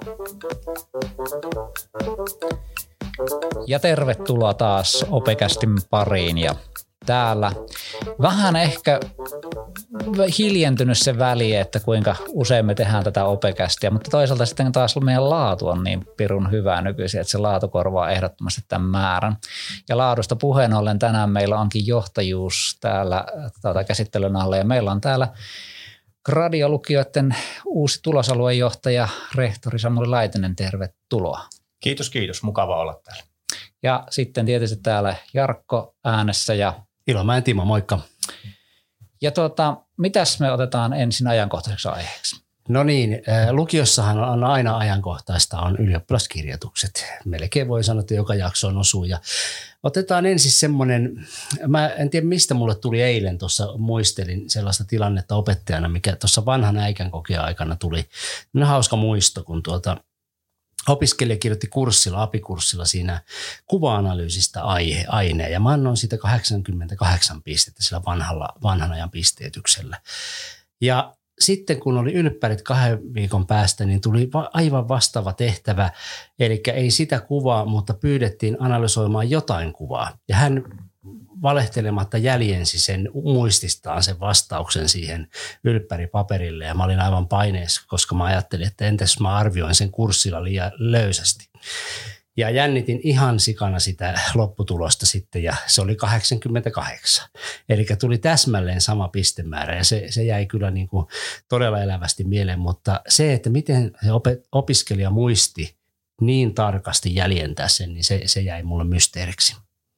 Ja tervetuloa taas Opecastin pariin ja täällä vähän ehkä hiljentynyt se väli, että kuinka usein me tehdään tätä Opecastia, mutta toisaalta sitten taas meidän laatu on niin pirun hyvää nykyisin, että se laatu korvaa ehdottomasti tämän määrän. Ja laadusta puheen ollen tänään meillä onkin johtajuus täällä käsittelyn alla ja meillä on täällä Gradiolukioiden uusi tulosaluejohtaja, rehtori Samuli Laitinen, tervetuloa. Kiitos. Mukava olla täällä. Ja sitten tietysti täällä Jarkko äänessä ja Ilomäen Timo, moikka. Ja mitäs me otetaan ensin ajankohtaiseksi aiheeksi? No niin, lukiossahan on aina ajankohtaista, on ylioppilaskirjoitukset. Melkein voi sanoa, että joka jaksoon osuu. Ja otetaan ensin semmoinen, mä en tiedä mistä mulle tuli eilen, tuossa muistelin sellaista tilannetta opettajana, mikä tuossa vanhan äikän kokeen aikana tuli. Hauska muisto, kun opiskelija kirjoitti apikurssilla siinä kuva-analyysistä aineen ja mä annoin siitä 88 pistettä sillä vanhan ajan pisteytyksellä. Ja sitten kun oli ylppärit 2 viikon päästä, niin tuli aivan vastaava tehtävä, eli ei sitä kuvaa, mutta pyydettiin analysoimaan jotain kuvaa. Ja hän valehtelematta jäljensi sen muististaan sen vastauksen siihen ylppäripaperille ja mä olin aivan paineessa, koska mä ajattelin, että entäs mä arvioin sen kurssilla liian löysästi. Ja jännitin ihan sikana sitä lopputulosta sitten ja se oli 88. Eli tuli täsmälleen sama pistemäärä ja se jäi kyllä niin kuin todella elävästi mieleen, mutta se, että miten se opiskelija muisti niin tarkasti jäljentää sen, niin se jäi mulle mysteeriksi.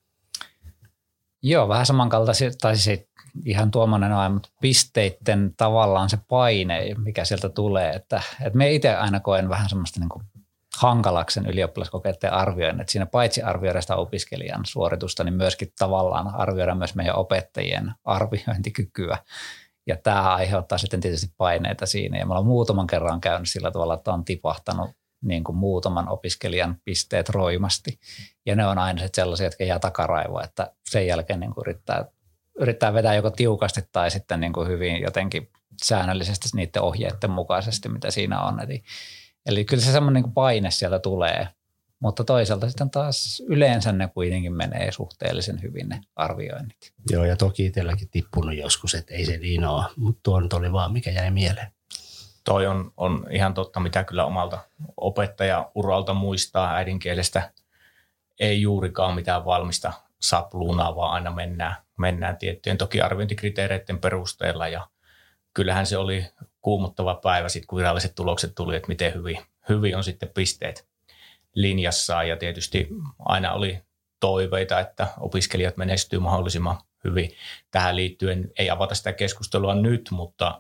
Joo, vähän samankaltaisia, tai siis ihan tuommoinen aina, mutta pisteitten tavallaan se paine, mikä sieltä tulee. Että me itse aina koen vähän semmoista niin kuin hankalaksen ylioppilaskokeiden arvioinnin, että siinä paitsi arvioida sitä opiskelijan suoritusta, niin myöskin tavallaan arvioida myös meidän opettajien arviointikykyä. Ja tämä aiheuttaa sitten tietysti paineita siinä. Ja me ollaan muutaman kerran käynyt sillä tavalla, että on tipahtanut niin kuin muutaman opiskelijan pisteet roimasti. Ja ne on aina sellaisia, jotka jää takaraivoa, että sen jälkeen niin kuin yrittää vetää joko tiukasti tai sitten niin kuin hyvin jotenkin säännöllisesti niiden ohjeiden mukaisesti, mitä siinä on. Eli kyllä se semmoinen niin kuin paine sieltä tulee, mutta toisaalta sitten taas yleensä ne kuitenkin menee suhteellisen hyvin ne arvioinnit. Joo, ja toki itselläkin tippunut joskus, että ei se niin ole, mutta tuo nyt oli vaan mikä jäi mieleen. Toi on ihan totta, mitä kyllä omalta opettajauralta muistaa äidinkielestä. Ei juurikaan mitään valmista sapluunaa, vaan aina mennään tiettyjen toki arviointikriteereiden perusteella. Ja kyllähän se oli kuumottava päivä sitten, kun viralliset tulokset tuli, että miten hyvin on sitten pisteet linjassaan. Ja tietysti aina oli toiveita, että opiskelijat menestyy mahdollisimman hyvin. Tähän liittyen ei avata sitä keskustelua nyt, mutta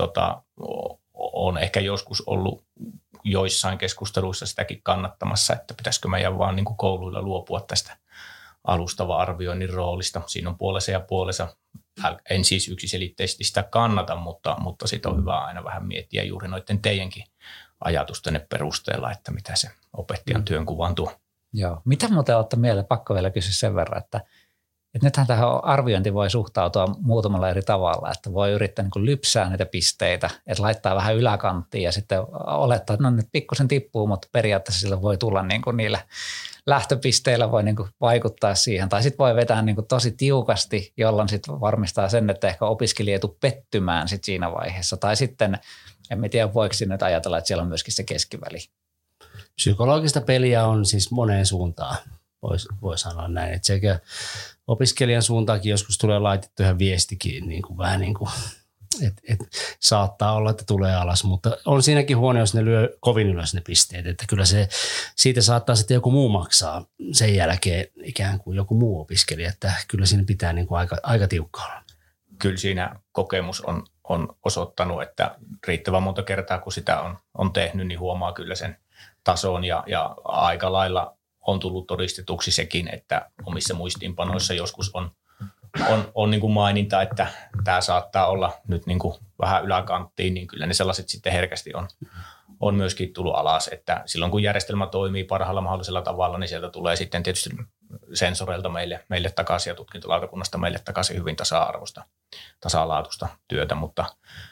on ehkä joskus ollut joissain keskusteluissa sitäkin kannattamassa, että pitäisikö meidän vaan niin kuin kouluilla luopua tästä alustava arvioinnin roolista. Siinä on puolensa ja puolensa. En siis yksiselitteisesti sitä kannata, mutta sitä on hyvä aina vähän miettiä juuri noiden teidänkin ajatustenne perusteella, että mitä se opettajan työnkuvan tuo. Joo. Mitä muuten olette mieleen? Pakko vielä kysyä sen verran, että nythän tähän arviointi voi suhtautua muutamalla eri tavalla, että voi yrittää niin kuin lypsää niitä pisteitä, että laittaa vähän yläkanttiin ja sitten olettaa, että no nyt pikkusen tippuu, mutta periaatteessa sillä voi tulla niin kuin niillä lähtöpisteillä voi niin kuin vaikuttaa siihen. Tai sitten voi vetää niin kuin tosi tiukasti, jolloin sitten varmistaa sen, että ehkä opiskelija ei tule pettymään sit siinä vaiheessa. Tai sitten, en tiedä voiko nyt ajatella, että siellä on myöskin se keskiväli. Psykologista peliä on siis moneen suuntaan, voi sanoa näin. Että sekä opiskelijan suuntaakin joskus tulee laitettu ihan viestikin, niin kuin vähän niin kuin, että saattaa olla, että tulee alas, mutta on siinäkin huono, jos ne lyö kovin ylös ne pisteet, että kyllä siitä saattaa sitten joku muu maksaa sen jälkeen ikään kuin joku muu opiskelija, että kyllä siinä pitää niin kuin aika tiukka olla. Kyllä siinä kokemus on osoittanut, että riittävän monta kertaa kun sitä on tehnyt, niin huomaa kyllä sen tason ja aika lailla on tullut todistetuksi sekin, että omissa muistiinpanoissa joskus on niin kuin maininta, että tämä saattaa olla nyt niin kuin vähän yläkanttiin, niin kyllä ne sellaiset sitten herkästi on myöskin tullut alas, että silloin kun järjestelmä toimii parhaalla mahdollisella tavalla, niin sieltä tulee sitten tietysti sensoreilta meille takaisin ja tutkintolautakunnasta meille takaisin hyvin tasa-arvoista, tasalaatuista työtä, mutta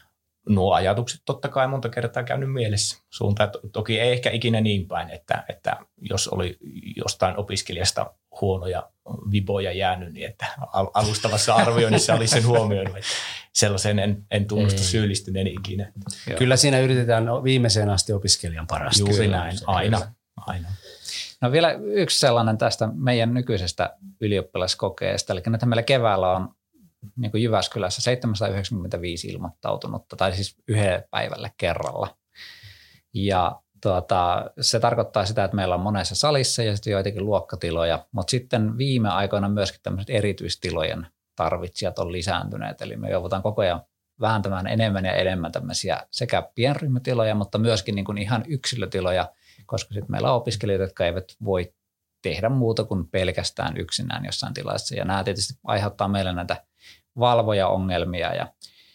nuo ajatukset totta kai monta kertaa käynyt mielessä suuntaan. Toki ei ehkä ikinä niin päin, että jos oli jostain opiskelijasta huonoja viboja jäänyt, niin että alustavassa arvioinnissa olisi sen huomioinut. Että sellaisen en tunnusta syyllistyneen ikinä. Kyllä siinä yritetään viimeiseen asti opiskelijan parasta. Juuri näin, aina. No vielä yksi sellainen tästä meidän nykyisestä ylioppilaskokeesta. Eli nyt meillä keväällä on niin kuin Jyväskylässä 795 ilmoittautunutta, tai siis yhden päivälle kerralla. Ja se tarkoittaa sitä, että meillä on monessa salissa ja sitten joitakin luokkatiloja, mutta sitten viime aikoina myöskin tämmöiset erityistilojen tarvitsijat on lisääntyneet, eli me joudutaan koko ajan vääntämään enemmän ja enemmän tämmöisiä sekä pienryhmätiloja, mutta myöskin niin kuin ihan yksilötiloja, koska sitten meillä on opiskelijoita, jotka eivät voi tehdä muuta kuin pelkästään yksinään jossain tilassa, ja nämä tietysti aiheuttaa meille näitä valvojaongelmia, ja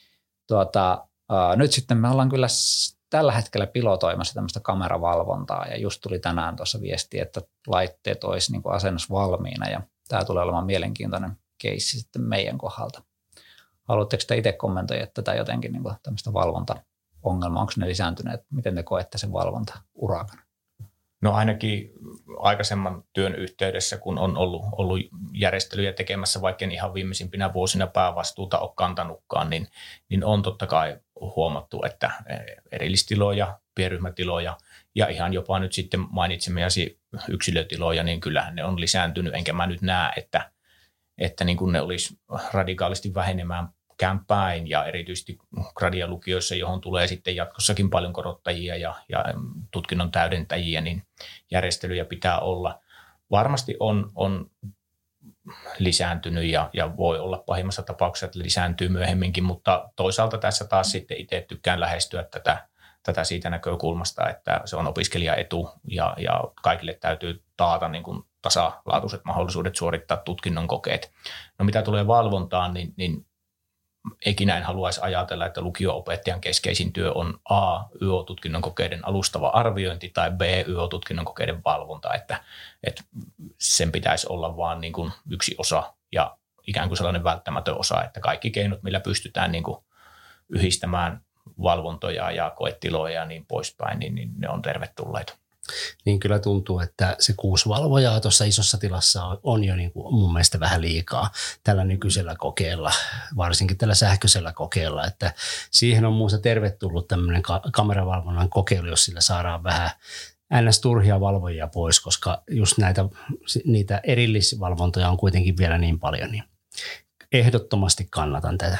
nyt sitten me ollaan kyllä tällä hetkellä pilotoimassa tämmöistä kameravalvontaa, ja just tuli tänään tuossa viesti, että laitteet olisi niin kuin asennusvalmiina, ja tämä tulee olemaan mielenkiintoinen keissi sitten meidän kohdalta. Haluatteko te itse kommentoida tätä jotenkin niin kuin tämmöistä valvontaongelmaa? Onko ne lisääntyneet? Miten te koette sen valvontaurakan? No ainakin aikaisemman työn yhteydessä, kun on ollut järjestelyjä tekemässä, vaikka en ihan viimeisimpinä vuosina päävastuuta ole kantanutkaan, niin on totta kai huomattu, että erillistiloja, pienryhmätiloja ja ihan jopa nyt sitten mainitsemiasi yksilötiloja, niin kyllähän ne on lisääntynyt. Enkä mä nyt näe, että niin kuin ne olisi radikaalisti vähenemään päin, ja erityisesti gradialukioissa, johon tulee sitten jatkossakin paljon korottajia ja tutkinnon täydentäjiä, niin järjestelyjä pitää olla. Varmasti on lisääntynyt ja voi olla pahimmassa tapauksessa, että lisääntyy myöhemminkin, mutta toisaalta tässä taas sitten itse tykkään lähestyä tätä siitä näkökulmasta, että se on opiskelijaetu ja kaikille täytyy taata niin kuin tasalaatuiset mahdollisuudet suorittaa tutkinnon kokeet. No mitä tulee valvontaan, niin ikinä en haluaisi ajatella, että lukio-opettajan keskeisin työ on A, YO-tutkinnon kokeiden alustava arviointi tai B, YO-tutkinnon kokeiden valvonta, että sen pitäisi olla vaan niin kuin yksi osa ja ikään kuin sellainen välttämätön osa, että kaikki keinot, millä pystytään niin kuin yhdistämään valvontoja ja koetiloja ja niin poispäin, niin ne on tervetulleita. Niin kyllä tuntuu, että se 6 valvojaa tuossa isossa tilassa on jo niin kuin mun mielestä vähän liikaa tällä nykyisellä kokeella, varsinkin tällä sähköisellä kokeella, että siihen on muusta tervetullut tämmöinen kameravalvonnan kokeilu, jos sillä saadaan vähän NS-turhia valvojia pois, koska just niitä erillisvalvontoja on kuitenkin vielä niin paljon, niin ehdottomasti kannatan tätä.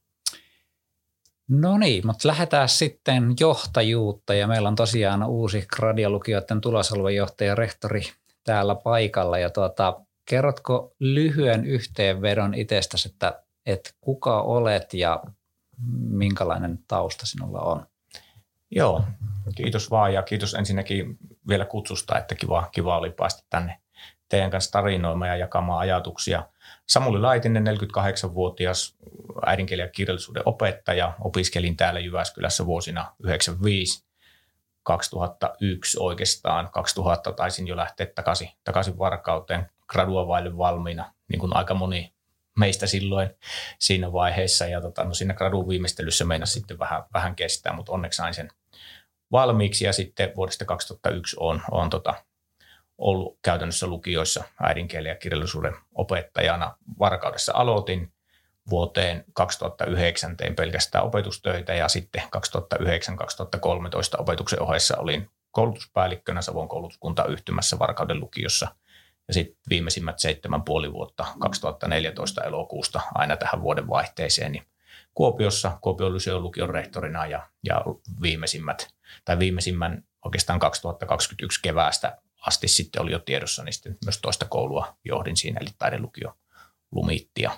No niin, mutta lähdetään sitten johtajuutta, ja meillä on tosiaan uusi gradialukioiden tulosalvejohtaja rehtori täällä paikalla, ja kerrotko lyhyen yhteenvedon itsestäsi, että kuka olet ja minkälainen tausta sinulla on? Joo, kiitos vaan ja kiitos ensinnäkin vielä kutsusta, että kiva oli päästä tänne teidän kanssa tarinoimaan ja jakamaan ajatuksia. Samuli Laitinen, 48-vuotias äidinkielen ja kirjallisuuden opettaja. Opiskelin täällä Jyväskylässä vuosina 1995-2001 oikeastaan. 2000 taisin jo lähteä takaisin Varkauteen graduavaille valmiina, niin kuin aika moni meistä silloin siinä vaiheessa. Ja siinä gradun viimeistelyssä meinasi sitten vähän kestää, mutta onneksi sain sen valmiiksi. Ja sitten vuodesta 2001 on ollut käytännössä lukioissa äidinkielen ja kirjallisuuden opettajana. Varkaudessa aloitin. Vuoteen 2009 tein pelkästään opetustöitä ja sitten 2009-2013 opetuksen ohessa olin koulutuspäällikkönä Savon koulutuskuntayhtymässä Varkauden lukiossa. Ja sitten viimeisimmät 7,5 vuotta 2014 elokuusta aina tähän vuoden vaihteeseen niin Kuopiossa, Kuopion Lyseon lukion rehtorina ja viimeisimmän oikeastaan 2021 keväästä asti sitten oli jo tiedossa, niin sitten myös toista koulua johdin siinä, eli taidelukio Lumittia.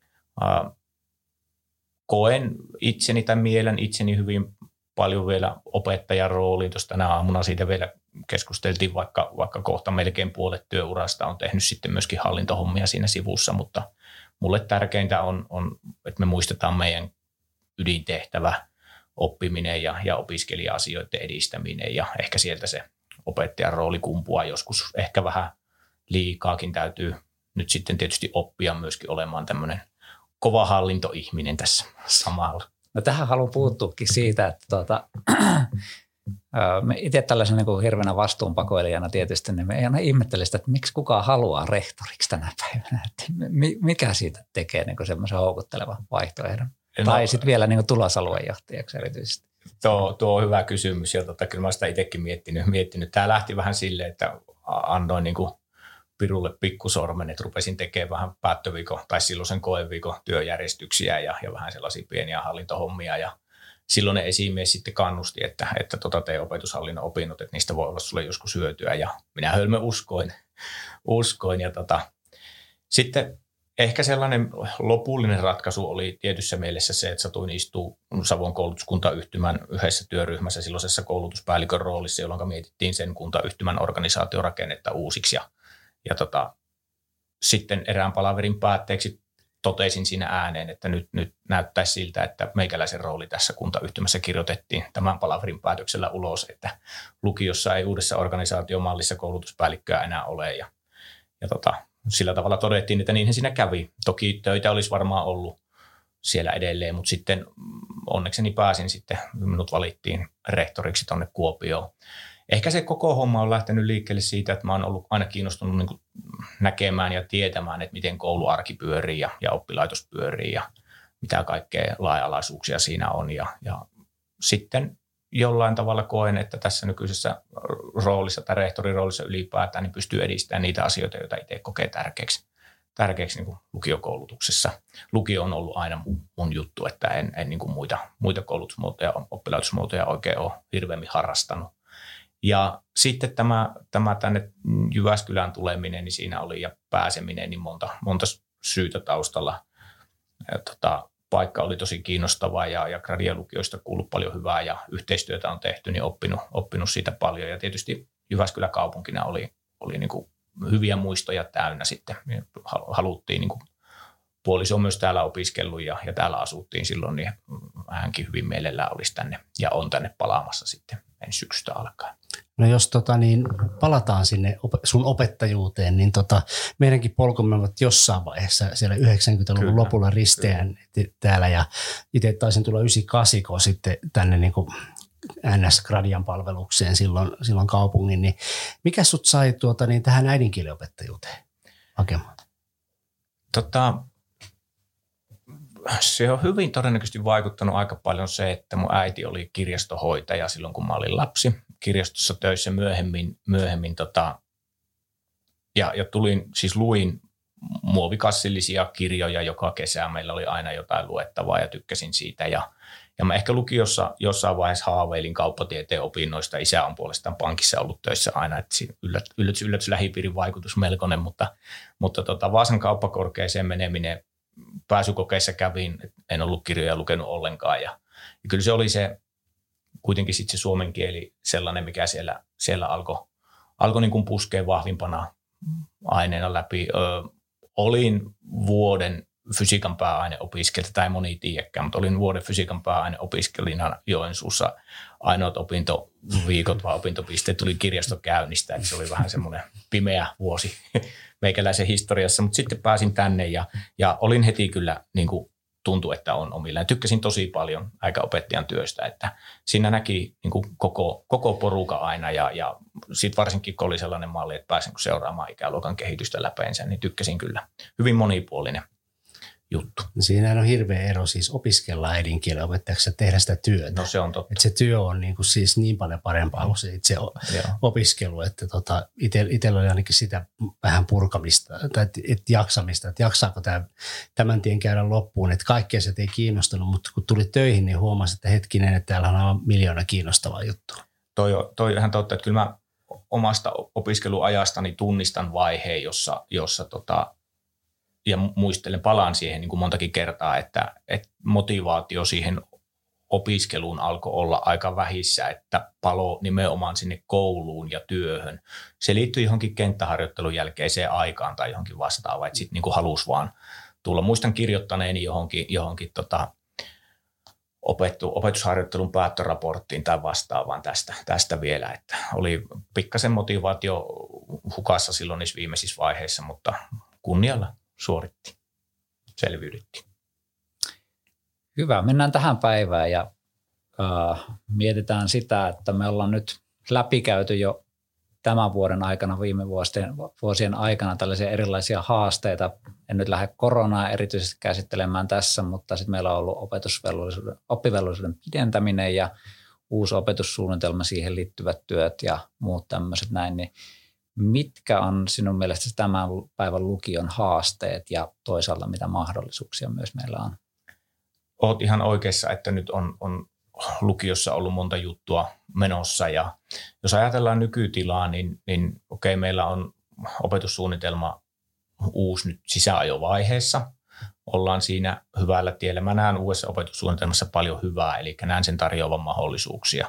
Koen itseni tai mielen itseni hyvin paljon vielä opettajan rooliin. Tuossa tänä aamuna siitä vielä keskusteltiin, vaikka kohta melkein puolet työurasta on tehnyt sitten myöskin hallintohommia siinä sivussa, mutta mulle tärkeintä on että me muistetaan meidän ydintehtävä, oppiminen ja opiskelija-asioiden edistäminen ja ehkä sieltä se opettajan rooli kumpuaa joskus ehkä vähän liikaakin. Täytyy nyt sitten tietysti oppia myöskin olemaan tämmöinen kova hallintoihminen tässä samalla. No tähän haluan puuttuakin siitä, että me itse tällaisen niin kuin hirveänä vastuunpakoilijana tietysti, niin me ei aina ihmettele sitä, että miksi kukaan haluaa rehtoriksi tänä päivänä. Että mikä siitä tekee niin kuin semmoisen houkuttelevan vaihtoehdon? Tai sitten vielä niin kuin tulosaluejohtajaksi erityisesti. Tuo on hyvä kysymys ja kyllä mä sitä itsekin miettinyt. Tämä lähti vähän silleen, että annoin niin kuin pirulle pikkusormen, että rupesin tekemään vähän päättöviikon tai silloisen koeviikon työjärjestyksiä ja vähän sellaisia pieniä hallintohommia ja silloinen esimies sitten kannusti, että tee opetushallinnon opinnot, että niistä voi olla sulle joskus hyötyä ja minä hölmö uskoin ja sitten ehkä sellainen lopullinen ratkaisu oli tietyssä mielessä se, että satuin istua Savon koulutuskuntayhtymän yhdessä työryhmässä silloisessa koulutuspäällikön roolissa, jolloin mietittiin sen kuntayhtymän organisaatiorakennetta uusiksi ja sitten erään palaverin päätteeksi totesin siinä ääneen, että nyt näyttäisi siltä, että meikäläisen rooli tässä kuntayhtymässä kirjoitettiin tämän palaverin päätöksellä ulos, että lukiossa ei uudessa organisaatiomallissa koulutuspäällikköä enää ole ja sillä tavalla todettiin, että niinhän siinä kävi. Toki töitä olisi varmaan ollut siellä edelleen, mutta sitten onnekseni pääsin sitten, minut valittiin rehtoriksi tuonne Kuopioon. Ehkä se koko homma on lähtenyt liikkeelle siitä, että mä oon ollut aina kiinnostunut niin kuin näkemään ja tietämään, että miten kouluarki pyörii ja oppilaitos pyörii ja mitä kaikkea laaja-alaisuuksia siinä on. Ja sitten jollain tavalla koen, että tässä nykyisessä roolissa tai rehtorin roolissa ylipäätään niin pystyy edistämään niitä asioita, joita itse kokee tärkeäksi niin kuin lukiokoulutuksessa. Lukio on ollut aina mun juttu, että en niin kuin muita koulutusmuotoja, oppilaitosmuotoja oikein ole hirveämmin harrastanut. Ja sitten tämä tänne Jyväskylään tuleminen, niin siinä oli ja pääseminen, niin monta syytä taustalla. Paikka oli tosi kiinnostava ja Gradia-lukioista kuullut paljon hyvää ja yhteistyötä on tehty, niin oppinut siitä paljon. Ja tietysti Jyväskylä kaupunkina oli niin kuin hyviä muistoja täynnä sitten. Haluttiin, niin kuin puoliso on myös täällä opiskellut ja täällä asuttiin silloin, niin hänkin hyvin mielellään olisi tänne ja on tänne palaamassa sitten ensi syksystä alkaen. No jos palataan sinne sun opettajuuteen, niin meidänkin polkumme ovat jossain vaiheessa siellä 90-luvun lopulla risteän täällä ja itse taisin tulla 98 sitten tänne niin kuin NS-Gradian palvelukseen silloin kaupungin, niin mikä sut sai tähän äidinkielenopettajuuteen hakemaan? Se on hyvin todennäköisesti vaikuttanut aika paljon se, että mun äiti oli kirjastohoitaja silloin, kun mä olin lapsi. Kirjastossa töissä myöhemmin ja luin muovikassillisia kirjoja joka kesä. Meillä oli aina jotain luettavaa ja tykkäsin siitä. Ja mä ehkä lukiossa jossain vaiheessa haaveilin kauppatieteen opinnoista. Isä on puolestaan pankissa ollut töissä aina, että yllätys lähipiirin vaikutus melkoinen, mutta Vaasan kauppakorkeeseen meneminen pääsykokeissa kävin, en ollut kirjoja lukenut ollenkaan ja kyllä se oli se kuitenkin sitten se suomen kieli sellainen, mikä siellä alkoi niin kuin puskea vahvimpana aineena läpi. Olin vuoden fysiikan pääaineopiskelija, tai moni tiedäkään, mutta olin vuoden fysiikan pääaineopiskelijana Joensuussa. Ainoat opintoviikot vai opintopisteet tuli kirjastokäynnistä, että se oli vähän semmoinen pimeä vuosi meikäläisen historiassa, mutta sitten pääsin tänne ja olin heti kyllä niin kuin tuntui, että on omillaan. Tykkäsin tosi paljon aikaopettajan työstä, että siinä näki niin kuin koko poruka aina ja sitten varsinkin kun oli sellainen malli, että pääsin seuraamaan ikäluokan kehitystä läpeensä, niin tykkäsin kyllä. Hyvin monipuolinen juttu. Siinä on hirveä ero siis opiskella äidinkielen opettajaksi ja tehdä sitä työtä. No se on totta. Että se työ on niin kuin siis niin paljon parempaa kuin se itse opiskelu, että itsellä oli ainakin sitä vähän purkamista tai jaksamista, että jaksaako tämän tien käydä loppuun, että kaikkea se ei kiinnostanut, mutta kun tuli töihin, niin huomasi, että hetkinen, että täällä on aivan miljoona kiinnostavaa juttua. Toi ihan totta, että kyllä mä omasta opiskeluajastani tunnistan vaiheen, jossa ja palaan siihen niin kuin montakin kertaa, että motivaatio siihen opiskeluun alkoi olla aika vähissä, että palo nimenomaan sinne kouluun ja työhön. Se liittyy johonkin kenttäharjoittelun jälkeiseen aikaan tai johonkin vastaavaan, että sitten niin halusi vaan tulla. Muistan kirjoittaneeni johonkin opetusharjoittelun päättöraporttiin tai vastaavaan tästä vielä, että oli pikkasen motivaatio hukassa silloin niissä viimeisissä vaiheissa, mutta kunnialla suoritti, selviydyttiin. Hyvä, mennään tähän päivään ja mietitään sitä, että me ollaan nyt läpikäyty jo tämän vuoden aikana, viime vuosien aikana tällaisia erilaisia haasteita. En nyt lähde koronaa erityisesti käsittelemään tässä, mutta sitten meillä on ollut oppivelvollisuuden pidentäminen ja uusi opetussuunnitelma, siihen liittyvät työt ja muut tämmöiset näin. Niin mitkä on sinun mielestäsi tämän päivän lukion haasteet ja toisaalta mitä mahdollisuuksia myös meillä on? Olet ihan oikeassa, että nyt on lukiossa ollut monta juttua menossa ja jos ajatellaan nykytilaa, niin okei, meillä on opetussuunnitelma uusi nyt sisäajovaiheessa. Ollaan siinä hyvällä tiellä. Mä näen uudessa opetussuunnitelmassa paljon hyvää, eli näen sen tarjoavan mahdollisuuksia.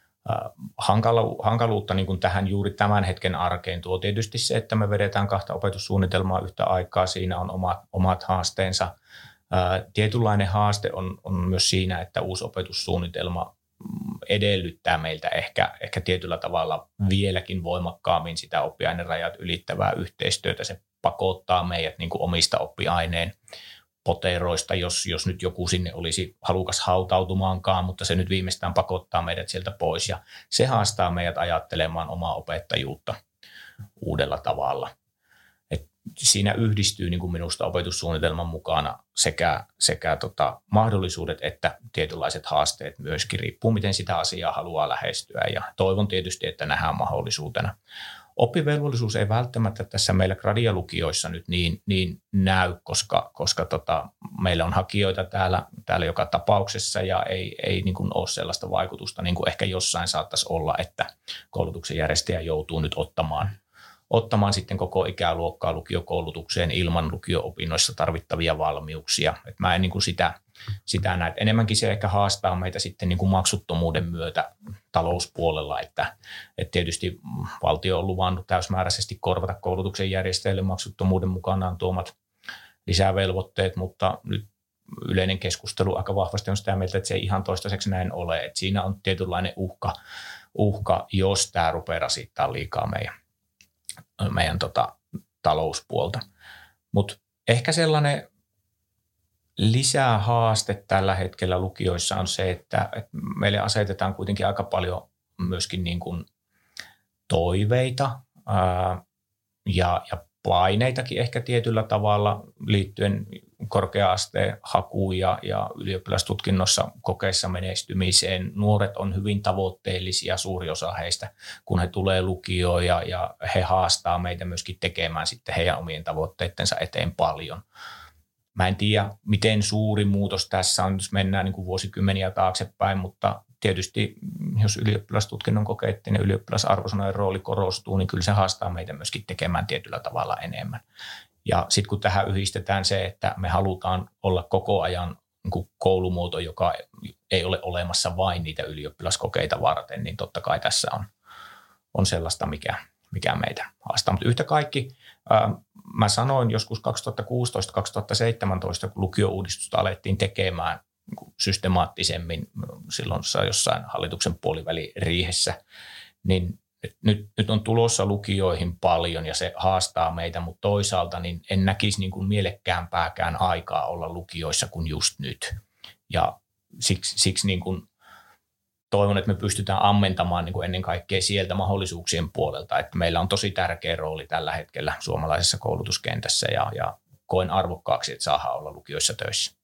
Hankaluutta niin kuin tähän juuri tämän hetken arkeen tuo tietysti se, että me vedetään 2 opetussuunnitelmaa yhtä aikaa. Siinä on omat haasteensa. Tietynlainen haaste on myös siinä, että uusi opetussuunnitelma edellyttää meiltä ehkä tietyllä tavalla vieläkin voimakkaammin sitä oppiainerajat ylittävää yhteistyötä. Se pakottaa meidät niin kuin omista oppiaineen poteroista, jos nyt joku sinne olisi halukas hautautumaankaan, mutta se nyt viimeistään pakottaa meidät sieltä pois ja se haastaa meidät ajattelemaan omaa opettajuutta uudella tavalla. Siinä yhdistyy niin kuin minusta opetussuunnitelman mukana sekä mahdollisuudet että tietynlaiset haasteet myöskin, riippuu miten sitä asiaa haluaa lähestyä ja toivon tietysti, että nähdään mahdollisuutena. Oppivelvollisuus ei välttämättä tässä meillä gradialukioissa nyt niin näy, koska meillä on hakijoita täällä joka tapauksessa ja ei niin kuin ole sellaista vaikutusta, niin kuin ehkä jossain saattaisi olla, että koulutuksen järjestäjä joutuu nyt ottamaan sitten koko ikäluokkaa lukiokoulutukseen ilman lukio-opinnoissa tarvittavia valmiuksia. Et mä en niin kuin sitä näe. Enemmänkin se ehkä haastaa meitä sitten niin kuin maksuttomuuden myötä talouspuolella, että tietysti valtio on luvannut täysmääräisesti korvata koulutuksen järjestäjille maksuttomuuden mukanaan tuomat lisävelvoitteet, mutta nyt yleinen keskustelu aika vahvasti on sitä mieltä, että se ei ihan toistaiseksi näin ole. Että siinä on tietynlainen uhka, jos tämä rupeaa rasittaa liikaa meidän talouspuolta. Mutta ehkä sellainen lisähaaste tällä hetkellä lukioissa on se, että meille asetetaan kuitenkin aika paljon myöskin niin kuin toiveita ja paineitakin ehkä tietyllä tavalla liittyen korkea-asteen hakuun ja ylioppilastutkinnossa kokeissa menestymiseen. Nuoret on hyvin tavoitteellisia, suuri osa heistä, kun he tulee lukioon ja he haastaa meitä myöskin tekemään sitten heidän omien tavoitteittensa eteen paljon. Mä en tiedä, miten suuri muutos tässä on, jos mennään niin kuin vuosikymmeniä taaksepäin, mutta tietysti jos ylioppilastutkinnon kokeitten ja ylioppilasarvosanojen rooli korostuu, niin kyllä se haastaa meitä myöskin tekemään tietyllä tavalla enemmän. Ja sitten kun tähän yhdistetään se, että me halutaan olla koko ajan niin kuin koulumuoto, joka ei ole olemassa vain niitä ylioppilaskokeita varten, niin totta kai tässä on sellaista, mikä meitä haastaa. Mutta yhtä kaikki, mä sanoin joskus 2016-2017, kun lukio-uudistusta alettiin tekemään systemaattisemmin silloin jossain hallituksen puoliväliriihessä, niin nyt on tulossa lukioihin paljon ja se haastaa meitä, mutta toisaalta niin en näkisi niin kuin mielekkäämpääkään aikaa olla lukioissa kuin just nyt. Ja siksi niin kuin toivon, että me pystytään ammentamaan niin kuin ennen kaikkea sieltä mahdollisuuksien puolelta, että meillä on tosi tärkeä rooli tällä hetkellä suomalaisessa koulutuskentässä ja koen arvokkaaksi, että saadaan olla lukioissa töissä.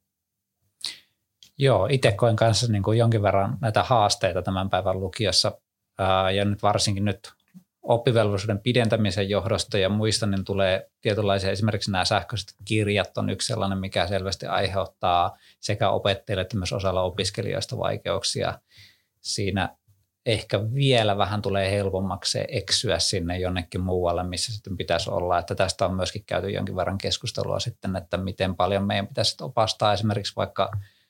Joo, itse koen kanssa niin kuin jonkin verran näitä haasteita tämän päivän lukiossa ja nyt varsinkin nyt oppivelvollisuuden pidentämisen johdosta ja muista, niin tulee tietynlaisia, esimerkiksi nämä sähköiset kirjat on yksi sellainen, mikä selvästi aiheuttaa sekä opettajille että myös osalla opiskelijoista vaikeuksia. Siinä ehkä vielä vähän tulee helpommaksi eksyä sinne jonnekin muualle, missä sitten pitäisi olla, että tästä on myöskin käyty jonkin verran keskustelua sitten, että miten paljon meidän pitäisi opastaa esimerkiksi vaikka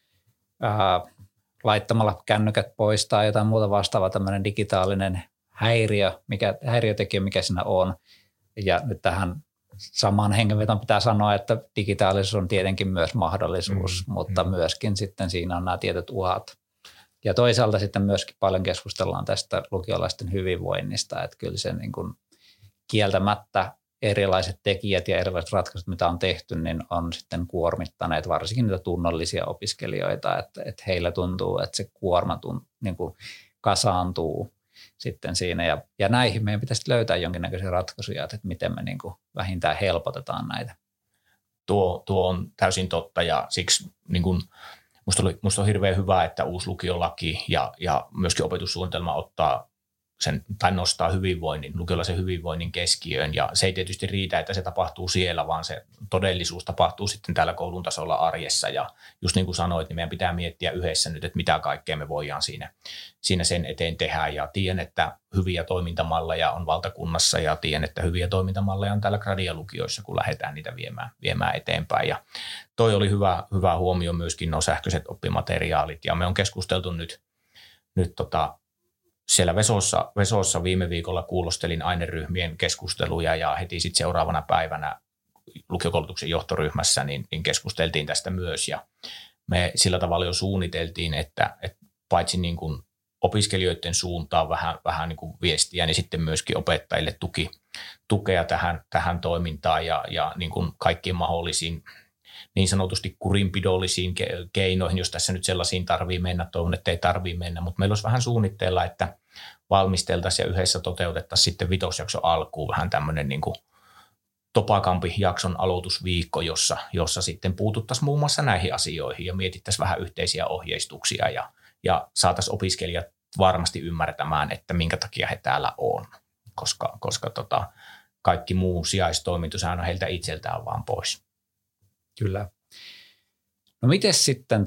laittamalla kännykät pois tai jotain muuta vastaavaa, tämmöinen digitaalinen häiriötekijä, mikä siinä on. Ja nyt tähän samaan hengenvetoon pitää sanoa, että digitaalisuus on tietenkin myös mahdollisuus, mutta myöskin sitten siinä on nämä tietyt uhat. Ja toisaalta sitten myöskin paljon keskustellaan tästä lukiolaisten hyvinvoinnista, että kyllä se niin kuin kieltämättä erilaiset tekijät ja erilaiset ratkaisut, mitä on tehty, niin on sitten kuormittaneet varsinkin niitä tunnollisia opiskelijoita, että heillä tuntuu, että se kuorma niin kuin kasaantuu sitten siinä. Ja näihin meidän pitäisi löytää jonkinnäköisiä ratkaisuja, että miten me niin kuin vähintään helpotetaan näitä. Tuo on täysin totta ja siksi niin kuin musta on hirveän hyvä, että uusi lukiolaki ja myöskin opetussuunnitelma ottaa sen, tai nostaa hyvinvoinnin, lukiolaisen hyvinvoinnin keskiöön. Ja se ei tietysti riitä, että se tapahtuu siellä, vaan se todellisuus tapahtuu sitten täällä koulun tasolla arjessa. Ja just niin kuin sanoit, niin meidän pitää miettiä yhdessä nyt, että mitä kaikkea me voidaan siinä sen eteen tehdä. Ja tiedän, että hyviä toimintamalleja on valtakunnassa ja tiedän, että hyviä toimintamalleja on täällä Gradia-lukioissa, kun lähdetään niitä viemään eteenpäin. Ja toi oli hyvä huomio myöskin nuo sähköiset oppimateriaalit. Ja me on keskusteltu nyt siellä Vesossa viime viikolla kuulostelin aineryhmien keskusteluja ja heti sitten seuraavana päivänä lukiokoulutuksen johtoryhmässä niin keskusteltiin tästä myös. Ja me sillä tavalla jo suunniteltiin, että paitsi niin kuin opiskelijoiden suuntaan vähän niin kuin viestiä, niin sitten myöskin opettajille tukea tähän toimintaan ja niin kuin kaikkiin mahdollisiin niin sanotusti kurinpidollisiin keinoihin, jos tässä nyt sellaisiin tarvii mennä, toivon, että ei tarvii mennä, mutta meillä olisi vähän suunnitteilla, että valmisteltaisiin ja yhdessä toteutettaisiin sitten vitosjakson alkuun vähän tämmöinen niin kuin topakampi jakson aloitusviikko, jossa sitten puututtaisiin muun muassa näihin asioihin ja mietittäisiin vähän yhteisiä ohjeistuksia ja saataisiin opiskelijat varmasti ymmärtämään, että minkä takia he täällä on, koska kaikki muu sijaistoiminto, sehän on heiltä itseltään vaan pois. Kyllä. No miten sitten,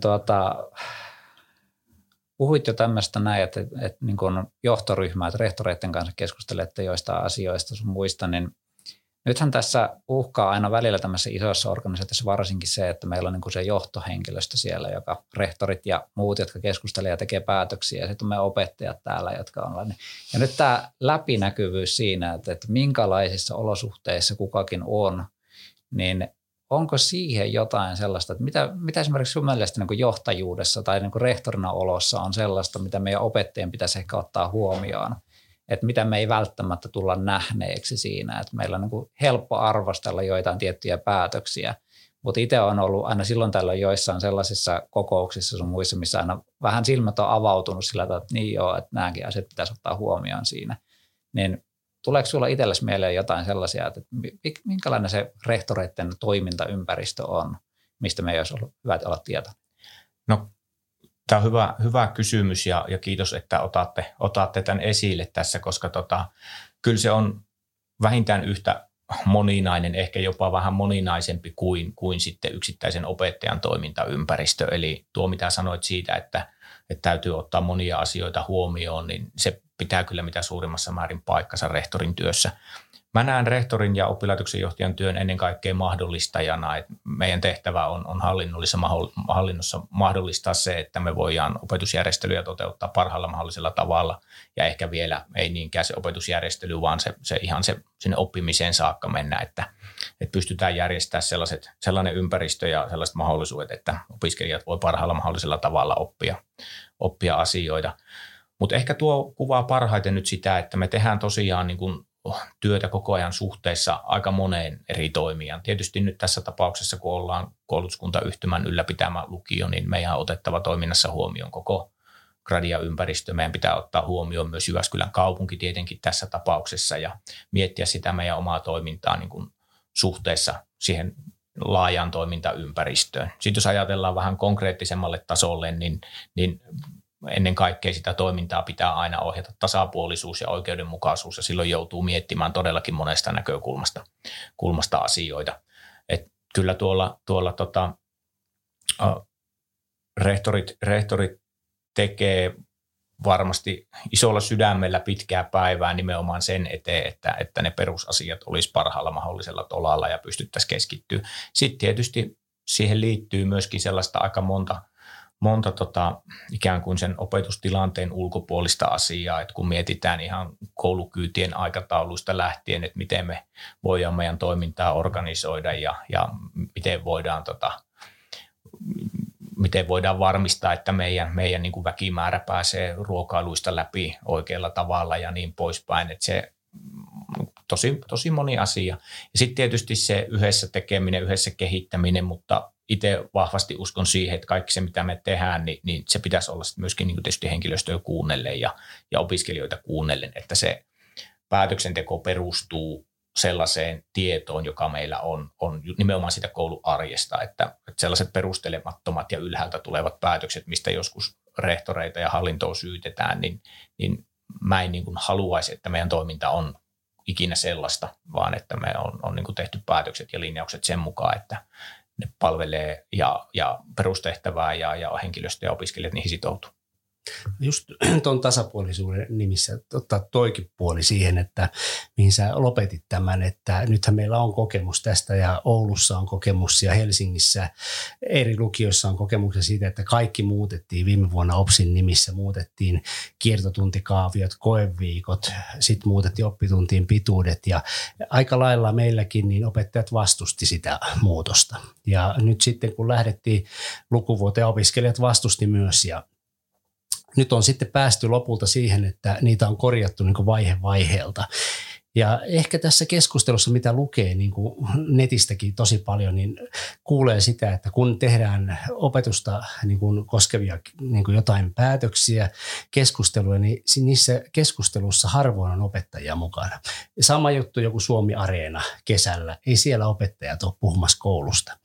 puhuit jo tämmöistä näin, että niin kuin johtoryhmät rehtoreiden kanssa keskustelette joistain asioista sun muista, niin nythän tässä uhkaa aina välillä tämmöisessä isossa organisaatiossa varsinkin se, että meillä on niin kuin se johtohenkilöstö siellä, joka rehtorit ja muut, jotka keskustelevat ja tekee päätöksiä, ja sitten on meidän opettajat täällä, jotka on. Ja nyt tämä läpinäkyvyys siinä, että minkälaisissa olosuhteissa kukakin on, niin onko siihen jotain sellaista, että mitä esimerkiksi sun mielestä niin kuin johtajuudessa tai niin kuin rehtorina olossa on sellaista, mitä meidän opettajien pitäisi ehkä ottaa huomioon, että mitä me ei välttämättä tulla nähneeksi siinä, että meillä on niin kuin helppo arvostella joitain tiettyjä päätöksiä, mutta itse on ollut aina silloin tällöin joissain sellaisissa kokouksissa sun muissa, missä aina vähän silmät on avautunut sillä tavalla, että niin joo, että nämäkin asiat pitäisi ottaa huomioon siinä, niin tuleeko sinulla itsellesi mieleen jotain sellaisia, että minkälainen se rehtoreiden toimintaympäristö on, mistä meidän olisi ollut hyvä olla tietää? No, tämä on hyvä kysymys ja kiitos, että otatte tämän esille tässä, koska kyllä se on vähintään yhtä moninainen, ehkä jopa vähän moninaisempi kuin sitten yksittäisen opettajan toimintaympäristö. Eli tuo, mitä sanoit siitä, että täytyy ottaa monia asioita huomioon, niin se pitää kyllä mitä suurimmassa määrin paikkansa rehtorin työssä. Mä näen rehtorin ja oppilaitoksen johtajan työn ennen kaikkea mahdollistajana, että meidän tehtävä on hallinnossa mahdollistaa se, että me voidaan opetusjärjestelyjä toteuttaa parhaalla mahdollisella tavalla ja ehkä vielä ei niinkään se opetusjärjestely, vaan se ihan se sinne oppimiseen saakka mennä, että pystytään järjestämään sellainen ympäristö ja sellaiset mahdollisuudet, että opiskelijat voi parhaalla mahdollisella tavalla oppia asioita. Mutta ehkä tuo kuvaa parhaiten nyt sitä, että me tehdään tosiaan niin kuin työtä koko ajan suhteessa aika moneen eri toimijaan. Tietysti nyt tässä tapauksessa, kun ollaan koulutuskuntayhtymän ylläpitämä lukio, niin meidän on otettava toiminnassa huomioon koko Gradia-ympäristö. Meidän pitää ottaa huomioon myös Jyväskylän kaupunki tietenkin tässä tapauksessa ja miettiä sitä meidän omaa toimintaa niin kuin suhteessa siihen laajaan toimintaympäristöön. Sitten jos ajatellaan vähän konkreettisemmalle tasolle, niin ennen kaikkea sitä toimintaa pitää aina ohjata tasapuolisuus ja oikeudenmukaisuus ja silloin joutuu miettimään todellakin monesta näkökulmasta asioita. Et kyllä tuolla rehtorit tekee varmasti isolla sydämellä pitkää päivää nimenomaan sen eteen, että ne perusasiat olisi parhaalla mahdollisella tolalla ja pystyttäisiin keskittyä. Sitten tietysti siihen liittyy myöskin sellaista aika monta ikään kuin sen opetustilanteen ulkopuolista asiaa, että kun mietitään ihan koulukyytien aikatauluista lähtien, että miten me voidaan meidän toimintaa organisoida ja miten voidaan varmistaa, että meidän niin kuin väkimäärä pääsee ruokailuista läpi oikealla tavalla ja niin poispäin, että se tosi moni asia. Ja sitten tietysti se yhdessä tekeminen, yhdessä kehittäminen, mutta itse vahvasti uskon siihen, että kaikki se, mitä me tehdään, niin se pitäisi olla myöskin niin kuin tietysti henkilöstöä kuunnellen ja opiskelijoita kuunnellen, että se päätöksenteko perustuu sellaiseen tietoon, joka meillä on nimenomaan siitä koulun arjesta, että sellaiset perustelemattomat ja ylhäältä tulevat päätökset, mistä joskus rehtoreita ja hallintoa syytetään, niin mä en niin kuin haluaisi, että meidän toiminta on ikinä sellaista, vaan että me on niin kuin tehty päätökset ja linjaukset sen mukaan, että ne palvelee ja perustehtävää ja henkilöstö ja opiskelijat niihin sitoutuu. Just tuon tasapuolisuuden nimissä ottaa toikin puoli siihen, että mihin sä lopetit tämän, että nythän meillä on kokemus tästä ja Oulussa on kokemus ja Helsingissä eri lukioissa on kokemuksia siitä, että kaikki muutettiin viime vuonna OPSin nimissä, muutettiin kiertotuntikaaviot, koeviikot, sitten muutettiin oppituntien pituudet ja aika lailla meilläkin niin opettajat vastusti sitä muutosta ja nyt sitten kun lähdettiin lukuvuoteen, opiskelijat vastusti myös ja nyt on sitten päästy lopulta siihen, että niitä on korjattu niin kuin vaihe vaiheelta. Ja ehkä tässä keskustelussa, mitä lukee niin kuin netistäkin tosi paljon, niin kuulee sitä, että kun tehdään opetusta niin kuin koskevia niin kuin jotain päätöksiä, keskusteluja, niin niissä keskustelussa harvoin on opettajia mukana. Sama juttu joku Suomi-areena kesällä, ei siellä opettajat ole puhumassa koulusta.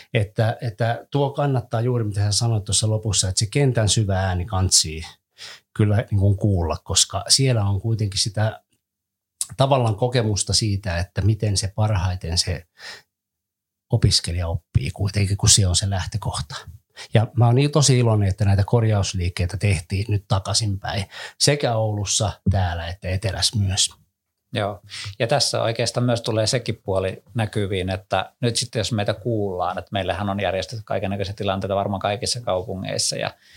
Että tuo kannattaa juuri, mitä sä sanoit tuossa lopussa, että se kentän syvä ääni kantsii kyllä niin kuin kuulla, koska siellä on kuitenkin sitä tavallaan kokemusta siitä, että miten se parhaiten se opiskelija oppii kuitenkin, kun se on se lähtökohta. Ja mä oon niin tosi iloinen, että näitä korjausliikkeitä tehtiin nyt takaisinpäin sekä Oulussa, täällä että Etelässä myös. Joo, ja tässä oikeastaan myös tulee sekin puoli näkyviin, että nyt sitten jos meitä kuullaan, että meillähän on järjestetty kaikennäköisiä tilanteita varmaan kaikissa kaupungeissa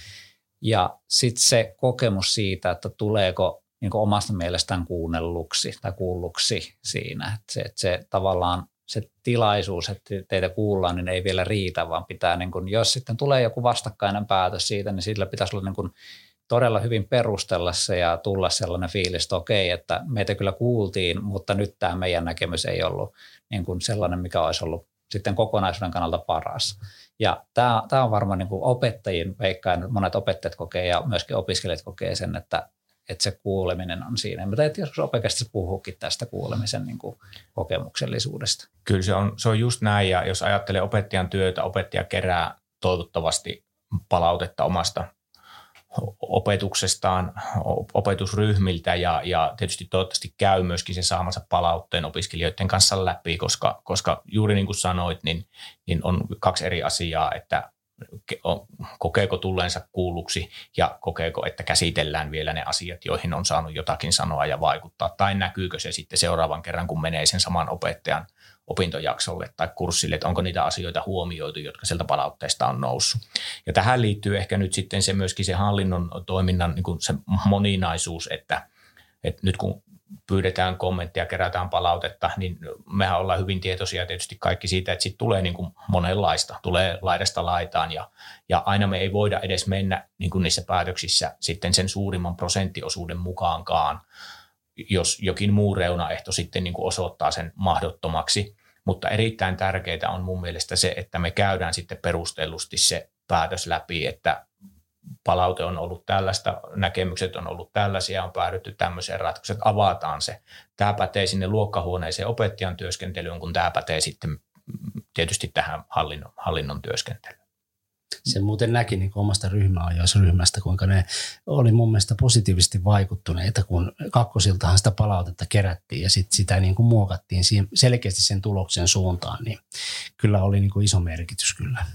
ja sitten se kokemus siitä, että tuleeko niin kuin omasta mielestään kuunnelluksi tai kuulluksi siinä. Että se tavallaan se tilaisuus, että teitä kuullaan, niin ei vielä riitä, vaan pitää, niin kuin, jos sitten tulee joku vastakkainen päätös siitä, niin sillä pitäisi olla niin kuin todella hyvin perustella se ja tulla sellainen fiilis, että okei, että meitä kyllä kuultiin, mutta nyt tämä meidän näkemys ei ollut niin kuin sellainen, mikä olisi ollut sitten kokonaisuuden kannalta paras. Ja tämä on varmaan niin kuin opettajien, veikkaan monet opettajat kokee ja myöskin opiskelijat kokee sen, että se kuuleminen on siinä. Mä teet joskus oikeasti puhuukin tästä kuulemisen niin kuin kokemuksellisuudesta. Kyllä se on just näin, ja jos ajattelee opettajan työtä, opettaja kerää toivottavasti palautetta omasta opetuksestaan, opetusryhmiltä ja tietysti toivottavasti käy myöskin se saamansa palautteen opiskelijoiden kanssa läpi, koska juuri niin kuin sanoit, niin on kaksi eri asiaa, että kokeeko tulleensa kuulluksi ja kokeeko, että käsitellään vielä ne asiat, joihin on saanut jotakin sanoa ja vaikuttaa, tai näkyykö se sitten seuraavan kerran, kun menee sen saman opettajan opintojaksolle tai kurssille, että onko niitä asioita huomioitu, jotka sieltä palautteesta on noussut. Ja tähän liittyy ehkä nyt sitten se myöskin se hallinnon toiminnan niin kuin se moninaisuus, että nyt kun pyydetään kommenttia, kerätään palautetta, niin mehän ollaan hyvin tietoisia tietysti kaikki siitä, että siitä tulee niin kuin monenlaista, tulee laidasta laitaan ja aina me ei voida edes mennä niin kuin niissä päätöksissä sitten sen suurimman prosenttiosuuden mukaankaan, jos jokin muu reunaehto sitten niin kuin osoittaa sen mahdottomaksi, mutta erittäin tärkeää on mun mielestä se, että me käydään sitten perustellusti se päätös läpi, että palaute on ollut tällaista, näkemykset on ollut tällaisia, on päädytty tämmöiseen ratkaisuun, että avataan se. Tämä pätee sinne luokkahuoneeseen opettajan työskentelyyn, kun tämä pätee sitten tietysti tähän hallinnon työskentelyyn. Se muuten näki niin omasta ryhmästä, kuinka ne oli mun mielestä positiivisesti vaikuttuneita, kun kakkosiltahan sitä palautetta kerättiin ja sitten sitä niin kuin muokattiin selkeästi sen tuloksen suuntaan, niin kyllä oli niin kuin iso merkitys kyllä.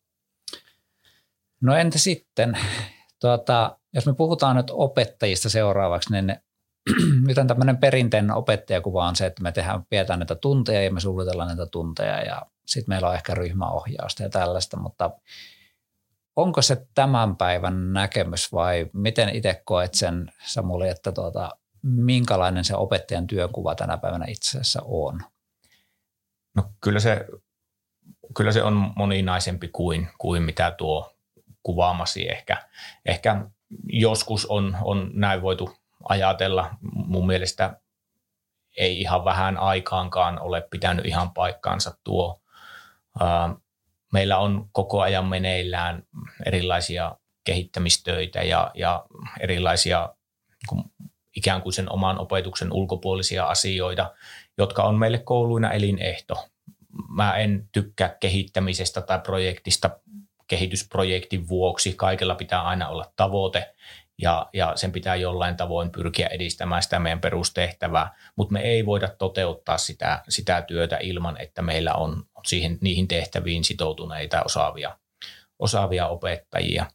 No entä sitten, jos me puhutaan nyt opettajista seuraavaksi, niin nyt on tämmöinen perinteinen opettajakuva on se, että me pidetään näitä tunteja ja me suunnitellaan näitä tunteja ja sitten meillä on ehkä ryhmäohjausta ja tällaista, mutta onko se tämän päivän näkemys vai miten itse koet sen, Samuli, että minkälainen se opettajan työnkuva tänä päivänä itse asiassa on? No kyllä se on moninaisempi kuin mitä tuo kuvaamasi ehkä joskus on näin voitu ajatella. Mun mielestä ei ihan vähän aikaankaan ole pitänyt ihan paikkaansa tuo. Meillä on koko ajan meneillään erilaisia kehittämistöitä ja erilaisia ikään kuin sen oman opetuksen ulkopuolisia asioita, jotka on meille kouluina elinehto. Mä en tykkää kehittämisestä tai projektista kehitysprojektin vuoksi. Kaikella pitää aina olla tavoite ja sen pitää jollain tavoin pyrkiä edistämään sitä meidän perustehtävää, mutta me ei voida toteuttaa sitä työtä ilman, että meillä on niihin tehtäviin sitoutuneita osaavia opettajia.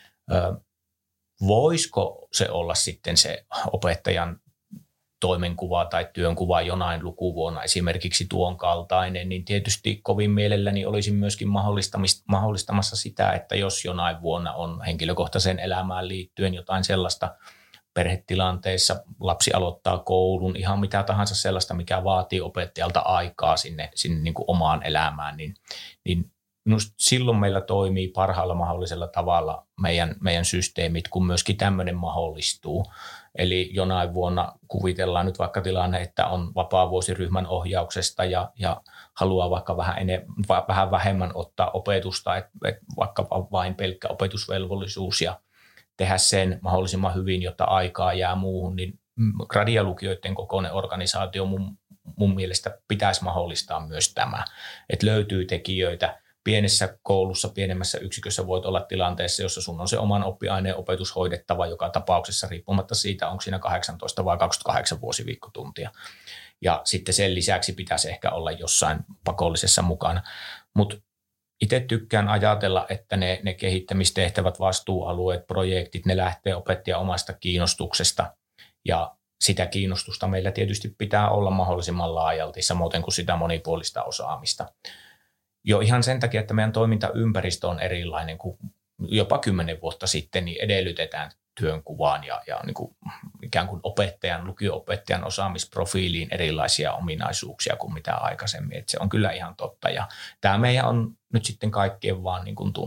Voisiko se olla sitten se opettajan toimenkuva tai työnkuva jonain lukuvuonna esimerkiksi tuon kaltainen, niin tietysti kovin mielelläni olisin myöskin mahdollistamassa sitä, että jos jonain vuonna on henkilökohtaiseen elämään liittyen jotain sellaista perhetilanteissa, lapsi aloittaa koulun, ihan mitä tahansa sellaista, mikä vaatii opettajalta aikaa sinne niin kuin omaan elämään, niin silloin meillä toimii parhaalla mahdollisella tavalla meidän systeemit, kun myöskin tämmöinen mahdollistuu. Eli jonain vuonna kuvitellaan nyt vaikka tilanne, että on vapaavuosiryhmän ohjauksesta ja haluaa vaikka vähän vähemmän ottaa opetusta, että vaikka vain pelkkä opetusvelvollisuus ja tehdä sen mahdollisimman hyvin, jotta aikaa jää muuhun, niin Gradia-lukioiden kokoinen organisaatio mun mielestä pitäisi mahdollistaa myös tämä, että löytyy tekijöitä. Pienessä koulussa, pienemmässä yksikössä voit olla tilanteessa, jossa sun on se oman oppiaineen opetus hoidettava joka tapauksessa riippumatta siitä, onko siinä 18 vai 28 vuosiviikkotuntia. Ja sitten sen lisäksi pitäisi ehkä olla jossain pakollisessa mukana. Mutta itse tykkään ajatella, että ne kehittämistehtävät, vastuualueet, projektit, ne lähtee opettajan omasta kiinnostuksesta. Ja sitä kiinnostusta meillä tietysti pitää olla mahdollisimman laajalti, samoin kuin sitä monipuolista osaamista. Jo ihan sen takia, että meidän toimintaympäristö on erilainen kuin jopa 10 vuotta sitten, niin edellytetään työnkuvaan ja niin kuin ikään kuin lukio-opettajan osaamisprofiiliin erilaisia ominaisuuksia kuin mitä aikaisemmin. Että se on kyllä ihan totta ja tämä meidän on nyt sitten kaikkien vaan niin kuin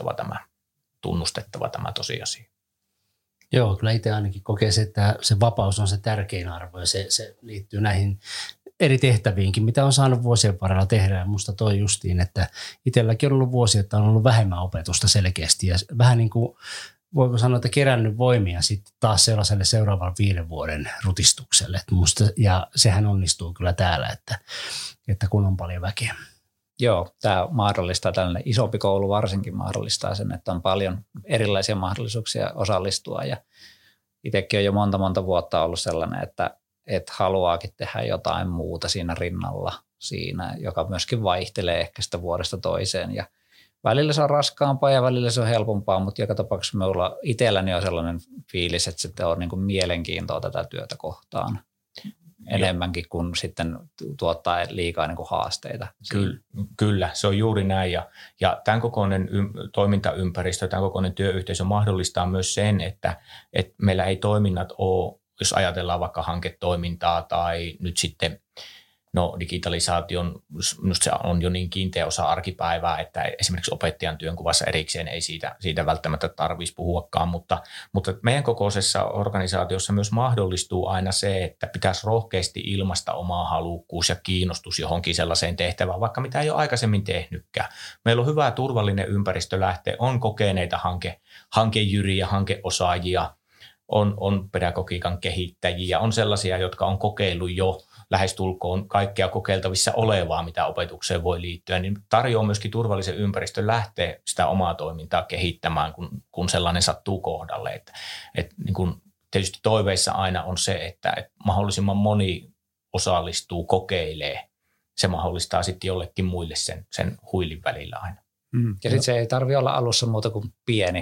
tunnustettava tämä tosiasia. Joo, kyllä itse ainakin kokee se, että se vapaus on se tärkein arvo ja se liittyy näihin eri tehtäviinkin, mitä on saanut vuosien varrella tehdä. Ja musta toi justiin, että itselläkin on ollut vuosia, että on ollut vähemmän opetusta selkeästi ja vähän niin kuin voiko sanoa, että kerännyt voimia sitten taas sellaiselle seuraavan 5 vuoden rutistukselle. Ja sehän onnistuu kyllä täällä, että kun on paljon väkeä. Joo, tämä mahdollistaa tällainen isompi koulu varsinkin mahdollistaa sen, että on paljon erilaisia mahdollisuuksia osallistua ja itsekin on jo monta vuotta ollut sellainen, että haluaakin tehdä jotain muuta siinä rinnalla siinä, joka myöskin vaihtelee ehkä sitä vuodesta toiseen ja välillä se on raskaampaa ja välillä se on helpompaa, mutta joka tapauksessa minulla itselläni on sellainen fiilis, että sitten on niin kuin mielenkiintoa tätä työtä kohtaan enemmänkin kuin sitten tuottaa liikaa niin kuin haasteita. Kyllä, se on juuri näin ja tämän kokoinen toimintaympäristö, tämän kokoinen työyhteisö mahdollistaa myös sen, että meillä ei toiminnat ole, jos ajatellaan vaikka hanketoimintaa tai nyt sitten digitalisaation, minusta se on jo niin kiinteä osa arkipäivää, että esimerkiksi opettajan työnkuvassa erikseen ei siitä välttämättä tarvitsisi puhuakaan, mutta meidän kokoisessa organisaatiossa myös mahdollistuu aina se, että pitäisi rohkeasti ilmaista omaa halukkuus ja kiinnostus johonkin sellaiseen tehtävään, vaikka mitä ei ole aikaisemmin tehnytkään. Meillä on hyvä turvallinen ympäristö lähteä, on kokeneita hankejyriä, hankeosaajia, on pedagogiikan kehittäjiä, on sellaisia, jotka on kokeillut jo lähestulkoon kaikkea kokeiltavissa olevaa, mitä opetukseen voi liittyä, niin tarjoaa myöskin turvallisen ympäristön lähteä sitä omaa toimintaa kehittämään, kun sellainen sattuu kohdalle. Että niin kun tietysti toiveissa aina on se, että mahdollisimman moni osallistuu, kokeilee. Se mahdollistaa sitten jollekin muille sen huilin välillä aina. Ja sitten se ei tarvitse olla alussa muuta kuin pieni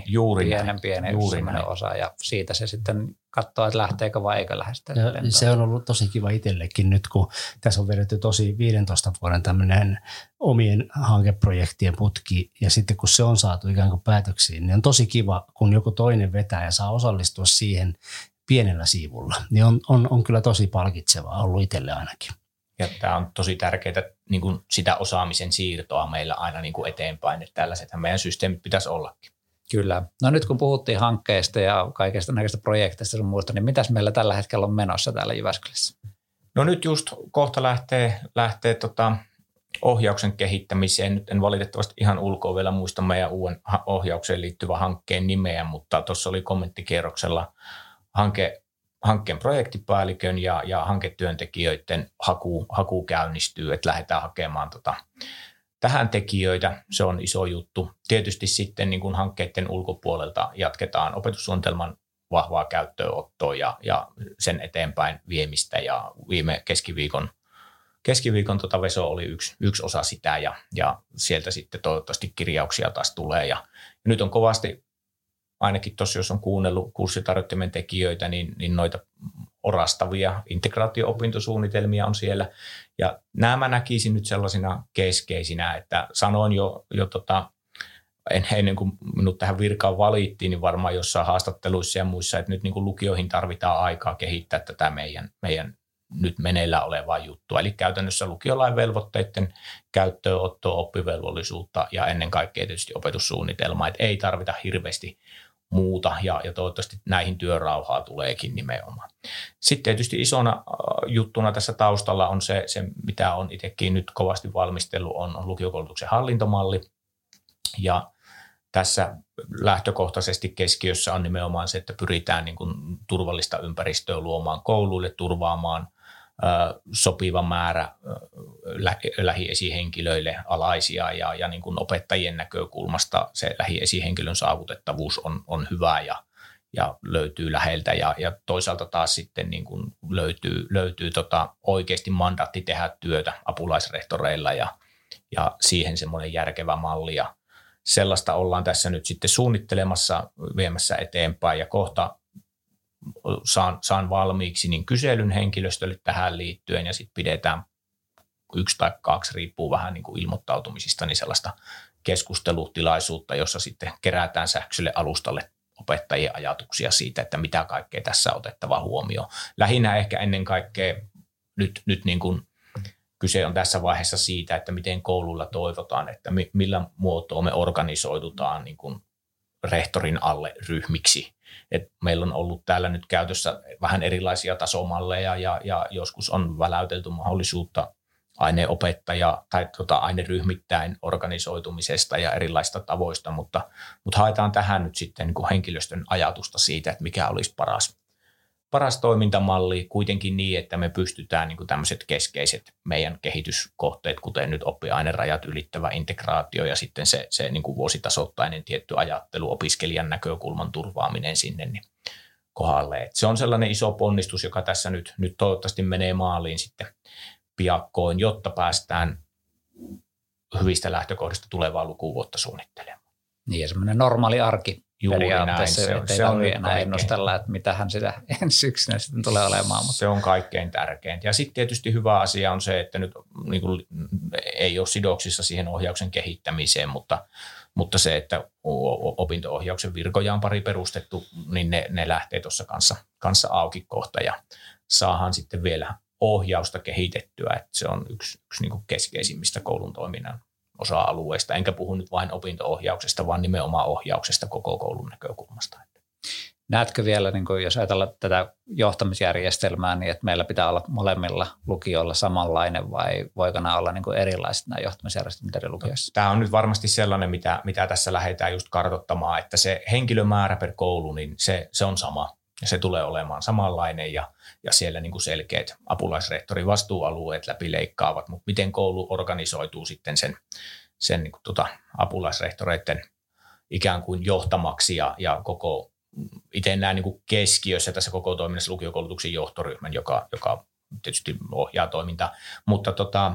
osa ja siitä se sitten katsoo, että lähteekö vai eikö lähde. Se on ollut tosi kiva itsellekin nyt, kun tässä on vedetty tosi 15 vuoden tämmöinen omien hankeprojektien putki ja sitten kun se on saatu ikään kuin päätöksiin, niin on tosi kiva, kun joku toinen vetää ja saa osallistua siihen pienellä siivulla. Niin on kyllä tosi palkitsevaa ollut itselle ainakin. Ja tämä on tosi tärkeää niin kuin sitä osaamisen siirtoa meillä aina niin kuin eteenpäin, että tällaisethan meidän systeemit pitäisi ollakin. Kyllä. No nyt kun puhuttiin hankkeista ja kaikista näköistä projekteista sun muusta, niin mitäs meillä tällä hetkellä on menossa täällä Jyväskylässä? No nyt just kohta lähtee ohjauksen kehittämiseen. Nyt en valitettavasti ihan ulkoa vielä muista meidän uuden ohjaukseen liittyvän hankkeen nimeä, mutta tuossa oli kommenttikierroksella hankkeen projektipäällikön ja hanketyöntekijöiden haku käynnistyy, että lähdetään hakemaan tähän tekijöitä. Se on iso juttu. Tietysti sitten niin kuin hankkeiden ulkopuolelta jatketaan opetussuunnitelman vahvaa käyttöönottoa ja sen eteenpäin viemistä. Ja viime keskiviikon Veso oli yksi osa sitä ja sieltä sitten toivottavasti kirjauksia taas tulee. Ja nyt on kovasti, ainakin tuossa jos on kuunnellut kurssitarjottimen tekijöitä, niin noita orastavia integraatio-opintosuunnitelmia on siellä. Ja nämä mä näkisin nyt sellaisina keskeisinä, että sanoin jo ennen kuin minut tähän virkaan valittiin, niin varmaan jossain haastatteluissa ja muissa, että nyt niin kuin lukioihin tarvitaan aikaa kehittää tätä meidän nyt meneillään olevaa juttua. Eli käytännössä lukiolain velvoitteiden käyttöönottoa, oppivelvollisuutta ja ennen kaikkea tietysti opetussuunnitelmaa, että ei tarvita hirveästi muuta ja toivottavasti näihin työrauhaa tuleekin nimenomaan. Sitten tietysti isona juttuna tässä taustalla on se mitä on itsekin nyt kovasti valmistellut, on lukiokoulutuksen hallintomalli ja tässä lähtökohtaisesti keskiössä on nimenomaan se, että pyritään niin kuin turvallista ympäristöä luomaan kouluille, turvaamaan sopiva määrä lähiesihenkilöille alaisia ja niin kuin opettajien näkökulmasta se lähiesihenkilön saavutettavuus on hyvä ja löytyy läheltä ja toisaalta taas sitten niin kuin löytyy oikeasti mandaatti tehdä työtä apulaisrehtoreilla ja siihen semmoinen järkevä malli ja sellaista ollaan tässä nyt sitten suunnittelemassa, viemässä eteenpäin ja kohta saan valmiiksi niin kyselyn henkilöstölle tähän liittyen ja sitten pidetään 1 tai 2, riippuu vähän niin kuin ilmoittautumisista, niin sellaista keskustelutilaisuutta, jossa sitten kerätään sähköiselle alustalle opettajien ajatuksia siitä, että mitä kaikkea tässä on otettava huomioon. Lähinnä ehkä ennen kaikkea nyt niin kuin kyse on tässä vaiheessa siitä, että miten koululla toivotaan, että millä muotoa me organisoidutaan niin kuin rehtorin alle ryhmiksi. Et meillä on ollut täällä nyt käytössä vähän erilaisia tasomalleja ja joskus on väläytelty mahdollisuutta aineopettaja tai aineryhmittäin organisoitumisesta ja erilaisista tavoista, mutta haetaan tähän nyt sitten niin kuin henkilöstön ajatusta siitä, että mikä olisi paras toimintamalli kuitenkin niin, että me pystytään niin kuin tämmöiset keskeiset meidän kehityskohteet, kuten nyt oppiainerajat ylittävä integraatio ja sitten se niin kuin vuositasoittainen tietty ajattelu, opiskelijan näkökulman turvaaminen sinne niin kohdalle. Et se on sellainen iso ponnistus, joka tässä nyt toivottavasti menee maaliin sitten piakkoin, jotta päästään hyvistä lähtökohdista tulevaa lukuvuotta suunnittelemaan. Niin ja semmoinen normaali arki. Juuri näin. Se on enää ennustella, että mitähän sitä ensi syksynä sitten tulee olemaan. Mutta. Se on kaikkein tärkeintä. Ja sitten tietysti hyvä asia on se, että nyt niin kuin, ei ole sidoksissa siihen ohjauksen kehittämiseen, mutta se, että opinto-ohjauksen virkoja on pari perustettu, niin ne lähtee tuossa kanssa auki kohta ja saadaan sitten vielä ohjausta kehitettyä. Että se on yksi niin kuin keskeisimmistä koulun toiminnan osa-alueista, enkä puhu nyt vain opinto-ohjauksesta, vaan nimenomaan ohjauksesta koko koulun näkökulmasta. Näetkö vielä, niin kun jos ajatellaan tätä johtamisjärjestelmää, niin että meillä pitää olla molemmilla lukioilla samanlainen vai voiko nämä olla niin kuin erilaiset nämä johtamisjärjestelmät eri lukioissa? Tämä on nyt varmasti sellainen, mitä tässä lähdetään just kartoittamaan, että se henkilömäärä per koulu, niin se on sama. Ja se tulee olemaan samanlainen ja siellä niin kuin selkeät apulaisrehtorin vastuualueet läpileikkaavat, mutta miten koulu organisoituu sitten sen niin kuin apulaisrehtoreiden ikään kuin johtamaksi ja koko itse näen niin kuin keskiössä tässä koko toiminnassa lukiokoulutuksen johtoryhmän, joka tietysti ohjaa toimintaa, mutta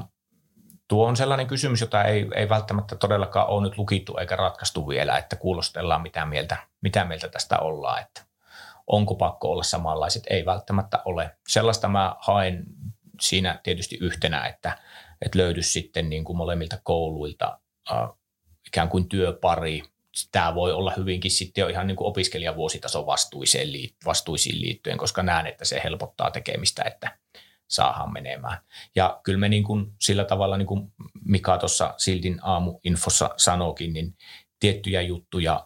tuo on sellainen kysymys, jota ei välttämättä todellakaan ole nyt lukittu eikä ratkaistu vielä, että kuulostellaan mitä mieltä tästä ollaan, että onko pakko olla samanlaiset? Ei välttämättä ole. Sellaista mä haen siinä tietysti yhtenä, että löydyisi sitten niin kuin molemmilta kouluilta ikään kuin työpari. Tämä voi olla hyvinkin sitten jo ihan niin kuin opiskelijavuositason vastuisiin liittyen, koska näen, että se helpottaa tekemistä, että saadaan menemään. Ja kyllä me niin kuin sillä tavalla, niin kuin Mika tuossa Sildin aamuinfossa sanoikin, niin tiettyjä juttuja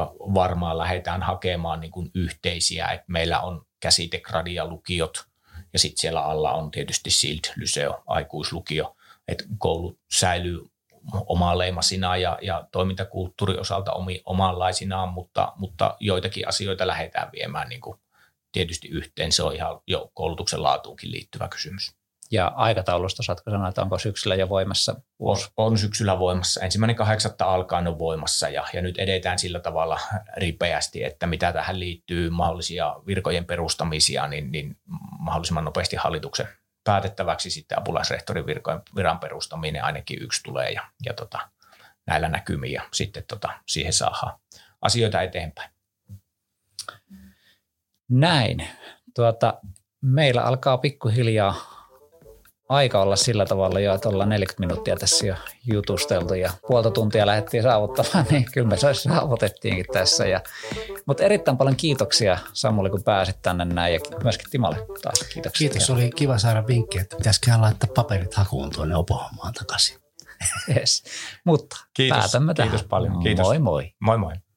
varmaan lähdetään hakemaan niin kuin yhteisiä, että meillä on käsitegradia lukiot Ja sitten siellä alla on tietysti SILD, Lyseo, aikuislukio, että koulu säilyy omanleimasinaan ja toimintakulttuurin osalta omanlaisinaan, mutta joitakin asioita lähdetään viemään niin kuin tietysti yhteen. Se on ihan jo koulutuksen laatuunkin liittyvä kysymys. Ja aikataulusta saatko sanoa, että onko syksyllä jo voimassa? On syksyllä voimassa. 1.8. alkaen on voimassa ja nyt edetään sillä tavalla ripeästi, että mitä tähän liittyy mahdollisia virkojen perustamisia, niin mahdollisimman nopeasti hallituksen päätettäväksi sitten apulaisrehtorin viran perustaminen ainakin yksi tulee ja näillä näkymin ja sitten siihen saadaan asioita eteenpäin. Näin. Meillä alkaa pikkuhiljaa aika olla sillä tavalla jo, että ollaan 40 minuuttia tässä jo jutusteltu ja puolta tuntia lähdettiin saavuttamaan, niin kyllä me saavutettiinkin tässä. Mutta erittäin paljon kiitoksia Samuli, kun pääsit tänne näin ja myöskin Timolle taas kiitoksia. Kiitos, oli kiva saada vinkkiä, että pitäisiköhän laittaa paperit hakuun tuonne Opohommaan takaisin. Yes. Mutta päätämme tähän. Kiitos paljon. Kiitos. Moi moi. Moi moi.